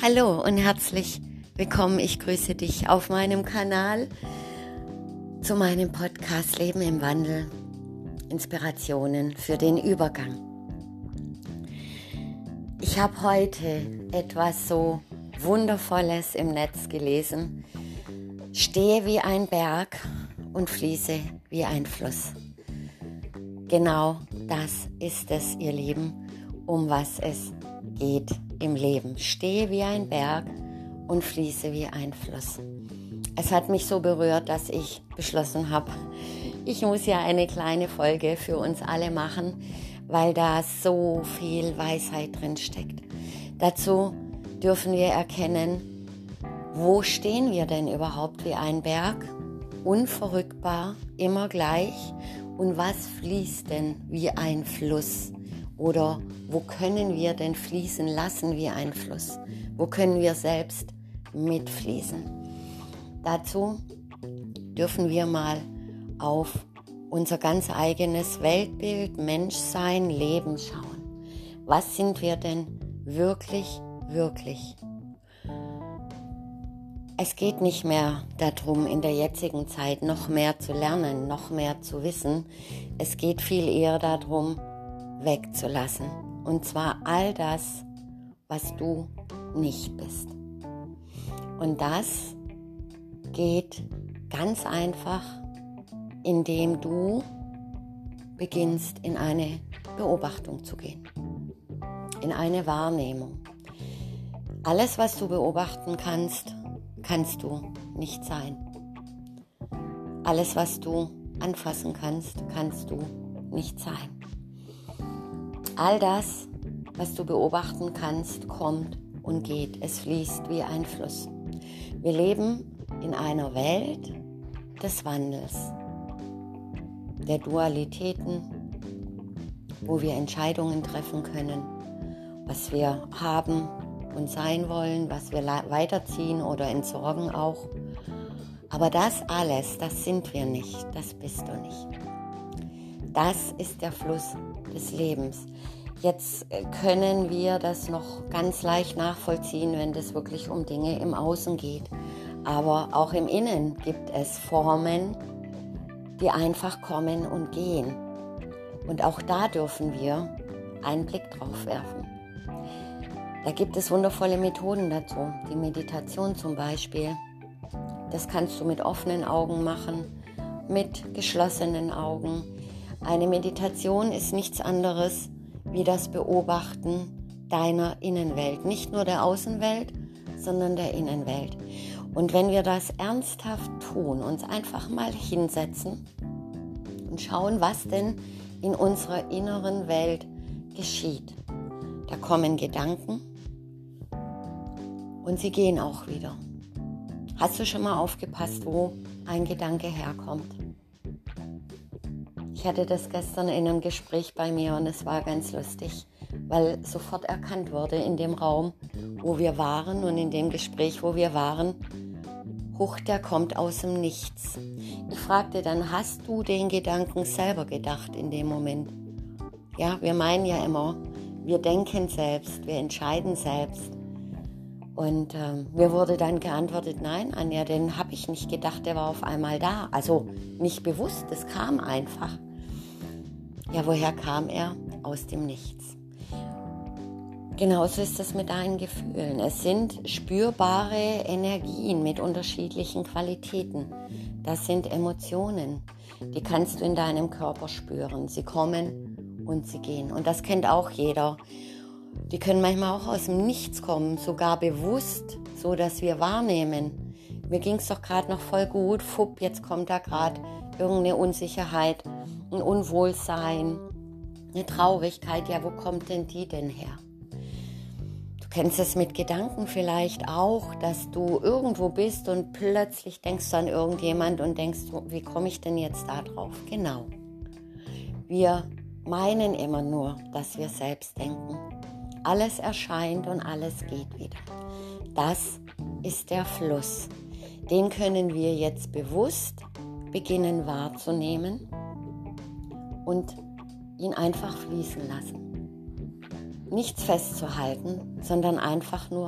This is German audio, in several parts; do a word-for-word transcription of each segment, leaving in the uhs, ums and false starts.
Hallo und herzlich willkommen. Ich grüße dich auf meinem Kanal zu meinem Podcast Leben im Wandel. Inspirationen für den Übergang. Ich habe heute etwas so Wundervolles im Netz gelesen. Stehe wie ein Berg und fließe wie ein Fluss. Genau das ist es, ihr Lieben, um was es geht im Leben. Stehe wie ein Berg und fließe wie ein Fluss. Es hat mich so berührt, dass ich beschlossen habe, ich muss ja eine kleine Folge für uns alle machen, weil da so viel Weisheit drin steckt. Dazu dürfen wir erkennen, wo stehen wir denn überhaupt wie ein Berg? Unverrückbar, immer gleich. Und was fließt denn wie ein Fluss? Oder wo können wir denn fließen lassen wie ein Fluss? Wo können wir selbst mitfließen? Dazu dürfen wir mal auf unser ganz eigenes Weltbild, Menschsein, Leben schauen. Was sind wir denn wirklich, wirklich? Es geht nicht mehr darum, in der jetzigen Zeit noch mehr zu lernen, noch mehr zu wissen. Es geht viel eher darum, wegzulassen. Und zwar all das, was du nicht bist. Und das geht ganz einfach, indem du beginnst, in eine Beobachtung zu gehen, in eine Wahrnehmung. Alles, was du beobachten kannst, kannst du nicht sein. Alles, was du anfassen kannst, kannst du nicht sein. All das, was du beobachten kannst, kommt und geht. Es fließt wie ein Fluss. Wir leben in einer Welt des Wandels, der Dualitäten, wo wir Entscheidungen treffen können, was wir haben und sein wollen, was wir weiterziehen oder entsorgen auch. Aber das alles, das sind wir nicht, das bist du nicht. Das ist der Fluss des Lebens. Jetzt können wir das noch ganz leicht nachvollziehen, wenn es wirklich um Dinge im Außen geht. Aber auch im Innen gibt es Formen, die einfach kommen und gehen. Und auch da dürfen wir einen Blick drauf werfen. Da gibt es wundervolle Methoden dazu. Die Meditation zum Beispiel. Das kannst du mit offenen Augen machen, mit geschlossenen Augen. Eine Meditation ist nichts anderes wie das Beobachten deiner Innenwelt. Nicht nur der Außenwelt, sondern der Innenwelt. Und wenn wir das ernsthaft tun, uns einfach mal hinsetzen und schauen, was denn in unserer inneren Welt geschieht. Da kommen Gedanken und sie gehen auch wieder. Hast du schon mal aufgepasst, wo ein Gedanke herkommt? Ich hatte das gestern in einem Gespräch bei mir und es war ganz lustig, weil sofort erkannt wurde in dem Raum, wo wir waren und in dem Gespräch, wo wir waren, huch, der kommt aus dem Nichts. Ich fragte dann, hast du den Gedanken selber gedacht in dem Moment? Ja, wir meinen ja immer, wir denken selbst, wir entscheiden selbst. Und ähm, mir wurde dann geantwortet, nein, Anja, den habe ich nicht gedacht, der war auf einmal da. Also nicht bewusst, es kam einfach. Ja, woher kam er? Aus dem Nichts. Genauso ist es mit deinen Gefühlen. Es sind spürbare Energien mit unterschiedlichen Qualitäten. Das sind Emotionen, die kannst du in deinem Körper spüren. Sie kommen und sie gehen. Und das kennt auch jeder. Die können manchmal auch aus dem Nichts kommen, sogar bewusst, so dass wir wahrnehmen. Mir ging es doch gerade noch voll gut, fupp, jetzt kommt da gerade irgendeine Unsicherheit, ein Unwohlsein, eine Traurigkeit. Ja, wo kommt denn die denn her? Du kennst es mit Gedanken vielleicht auch, dass du irgendwo bist und plötzlich denkst du an irgendjemand und denkst, wie komme ich denn jetzt da drauf? Genau. Wir meinen immer nur, dass wir selbst denken. Alles erscheint und alles geht wieder. Das ist der Fluss. Den können wir jetzt bewusst beginnen wahrzunehmen und ihn einfach fließen lassen. Nichts festzuhalten, sondern einfach nur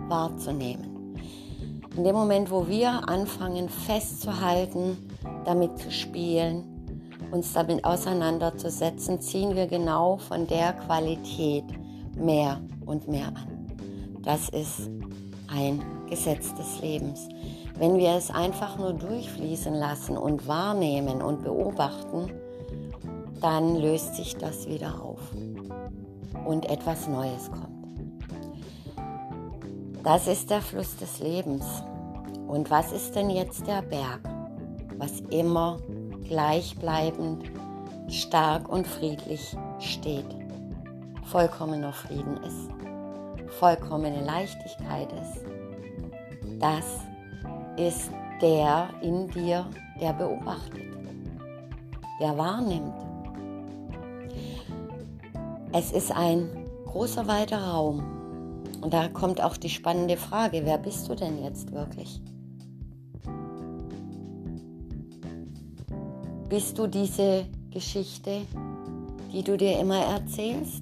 wahrzunehmen. In dem Moment, wo wir anfangen festzuhalten, damit zu spielen, uns damit auseinanderzusetzen, ziehen wir genau von der Qualität mehr und mehr an. Das ist ein Gesetz des Lebens. Wenn wir es einfach nur durchfließen lassen und wahrnehmen und beobachten, dann löst sich das wieder auf und etwas Neues kommt. Das ist der Fluss des Lebens. Und was ist denn jetzt der Berg, was immer gleichbleibend, stark und friedlich steht, vollkommener Frieden ist, vollkommene Leichtigkeit ist? Das ist der in dir, der beobachtet, der wahrnimmt. Es ist ein großer, weiter Raum. Und da kommt auch die spannende Frage, wer bist du denn jetzt wirklich? Bist du diese Geschichte, die du dir immer erzählst?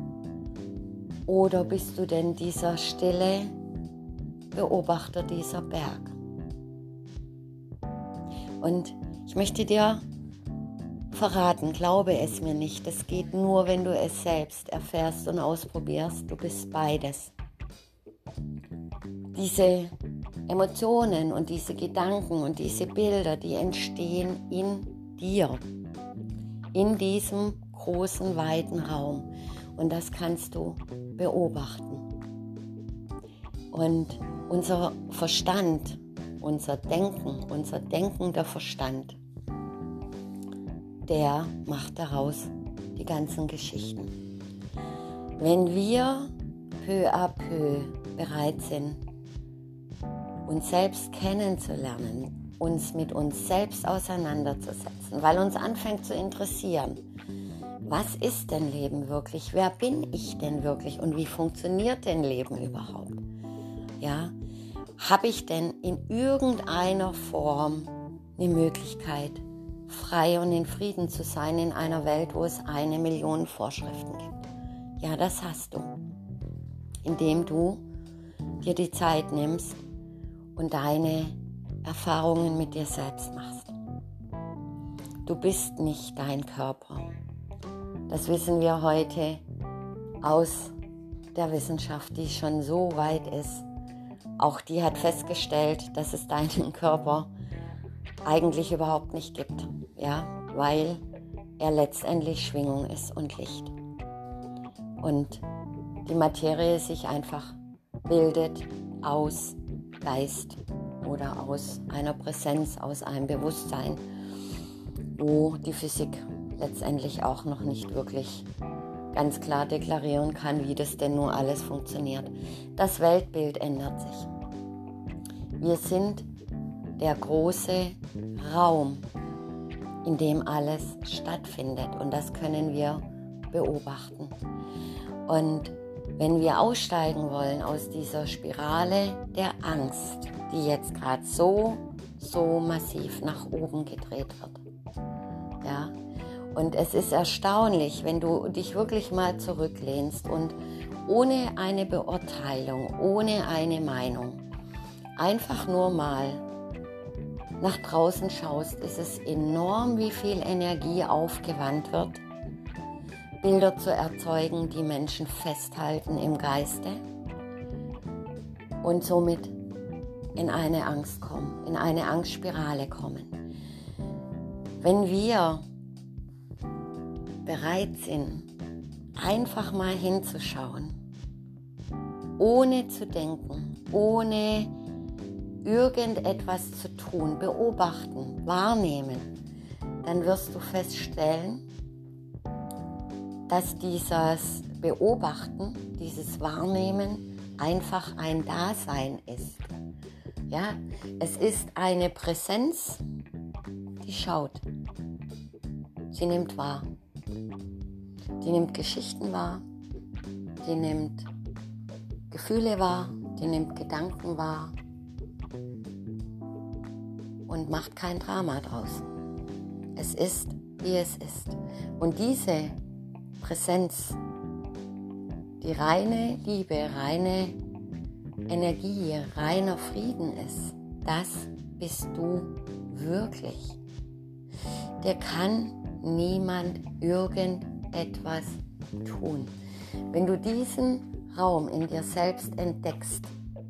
Oder bist du denn dieser stille Beobachter dieser Berg? Und ich möchte dir verraten, glaube es mir nicht. Das geht nur, wenn du es selbst erfährst und ausprobierst. Du bist beides. Diese Emotionen und diese Gedanken und diese Bilder, die entstehen in dir, in diesem großen, weiten Raum. Und das kannst du beobachten. Und unser Verstand, unser Denken, unser denkender Verstand, der macht daraus die ganzen Geschichten. Wenn wir peu à peu bereit sind, uns selbst kennenzulernen, uns mit uns selbst auseinanderzusetzen, weil uns anfängt zu interessieren, was ist denn Leben wirklich? Wer bin ich denn wirklich? Und wie funktioniert denn Leben überhaupt? Ja, habe ich denn in irgendeiner Form eine Möglichkeit, frei und in Frieden zu sein in einer Welt, wo es eine Million Vorschriften gibt? Ja, das hast du, indem du dir die Zeit nimmst und deine Erfahrungen mit dir selbst machst. Du bist nicht dein Körper. Das wissen wir heute aus der Wissenschaft, die schon so weit ist. Auch die hat festgestellt, dass es deinen Körper eigentlich überhaupt nicht gibt, ja, weil er letztendlich Schwingung ist und Licht. Und die Materie sich einfach bildet aus Geist oder aus einer Präsenz, aus einem Bewusstsein, wo die Physik letztendlich auch noch nicht wirklich ganz klar deklarieren kann, wie das denn nur alles funktioniert. Das Weltbild ändert sich. Wir sind der große Raum, in dem alles stattfindet, und das können wir beobachten. Und wenn wir aussteigen wollen aus dieser Spirale der Angst, die jetzt gerade so, so massiv nach oben gedreht wird, ja, und es ist erstaunlich, wenn du dich wirklich mal zurücklehnst und ohne eine Beurteilung, ohne eine Meinung, einfach nur mal nach draußen schaust, ist es enorm, wie viel Energie aufgewandt wird, Bilder zu erzeugen, die Menschen festhalten im Geiste und somit in eine Angst kommen, in eine Angstspirale kommen. Wenn wir bereit sind, einfach mal hinzuschauen, ohne zu denken, ohne irgendetwas zu tun, beobachten, wahrnehmen, dann wirst du feststellen, dass dieses Beobachten, dieses Wahrnehmen einfach ein Dasein ist. Ja, es ist eine Präsenz, die schaut. Sie nimmt wahr. Die nimmt Geschichten wahr. Die nimmt Gefühle wahr. Die nimmt Gedanken wahr. Und macht kein Drama draus. Es ist, wie es ist. Und diese Präsenz, die reine Liebe, reine Energie, reiner Frieden ist, das bist du wirklich. Dir kann niemand irgendetwas tun. Wenn du diesen Raum in dir selbst entdeckst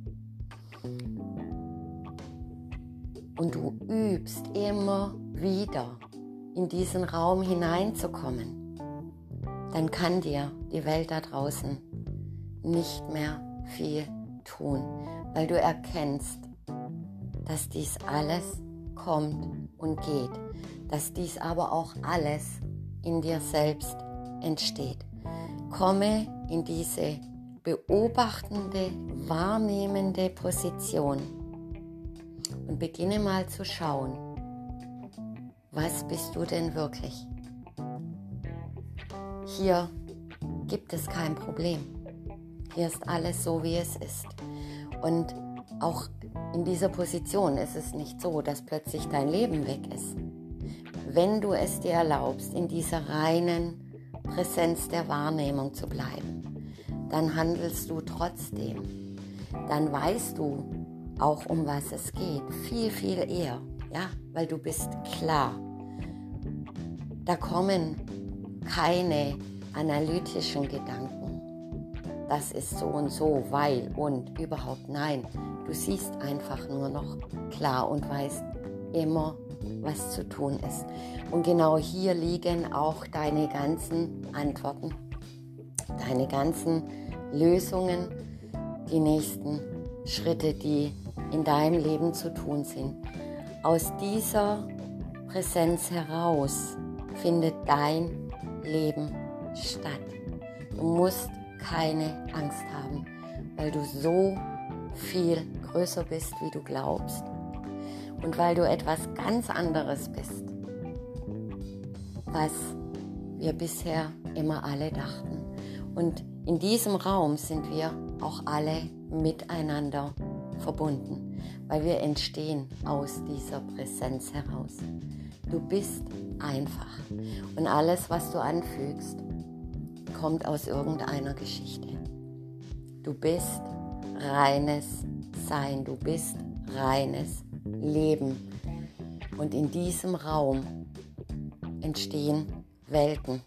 und du übst immer wieder in diesen Raum hineinzukommen, dann kann dir die Welt da draußen nicht mehr viel tun, weil du erkennst, dass dies alles kommt und geht, dass dies aber auch alles in dir selbst entsteht. Komme in diese beobachtende, wahrnehmende Position und beginne mal zu schauen, was bist du denn wirklich? Hier gibt es kein Problem. Hier ist alles so, wie es ist. Und auch in dieser Position ist es nicht so, dass plötzlich dein Leben weg ist. Wenn du es dir erlaubst, in dieser reinen Präsenz der Wahrnehmung zu bleiben, dann handelst du trotzdem. Dann weißt du auch, um was es geht, viel, viel eher, ja, weil du bist klar. Da kommen keine analytischen Gedanken. Das ist so und so, weil und überhaupt nein. Du siehst einfach nur noch klar und weißt immer, was zu tun ist. Und genau hier liegen auch deine ganzen Antworten, deine ganzen Lösungen, die nächsten Schritte, die in deinem Leben zu tun sind. Aus dieser Präsenz heraus findet dein Leben statt. Du musst keine Angst haben, weil du so viel größer bist, wie du glaubst. Und weil du etwas ganz anderes bist, was wir bisher immer alle dachten. Und in diesem Raum sind wir auch alle miteinander verbunden, weil wir entstehen aus dieser Präsenz heraus. Du bist einfach und alles, was du anfügst, kommt aus irgendeiner Geschichte. Du bist reines Sein, du bist reines Leben und in diesem Raum entstehen Welten.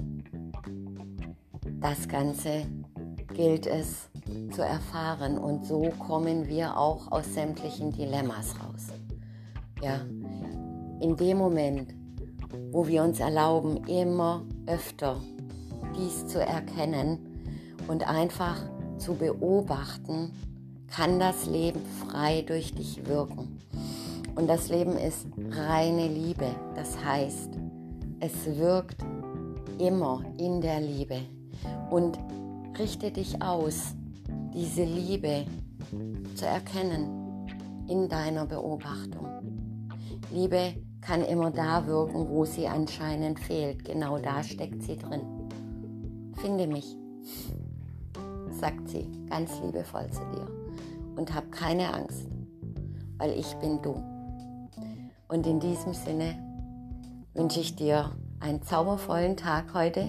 Das Ganze gilt es zu erfahren und so kommen wir auch aus sämtlichen Dilemmas raus. Ja, in dem Moment, wo wir uns erlauben, immer öfter dies zu erkennen und einfach zu beobachten, kann das Leben frei durch dich wirken. Und das Leben ist reine Liebe. Das heißt, es wirkt immer in der Liebe. Und richte dich aus, diese Liebe zu erkennen in deiner Beobachtung. Liebe kann immer da wirken, wo sie anscheinend fehlt. Genau da steckt sie drin. Finde mich, sagt sie ganz liebevoll zu dir. Und hab keine Angst, weil ich bin du. Und in diesem Sinne wünsche ich dir einen zaubervollen Tag heute.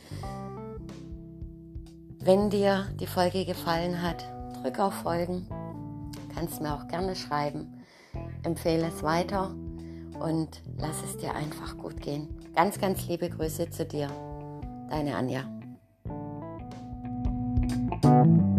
Wenn dir die Folge gefallen hat, drück auf Folgen. Kannst mir auch gerne schreiben. Empfehle es weiter und lass es dir einfach gut gehen. Ganz, ganz liebe Grüße zu dir. Deine Anja.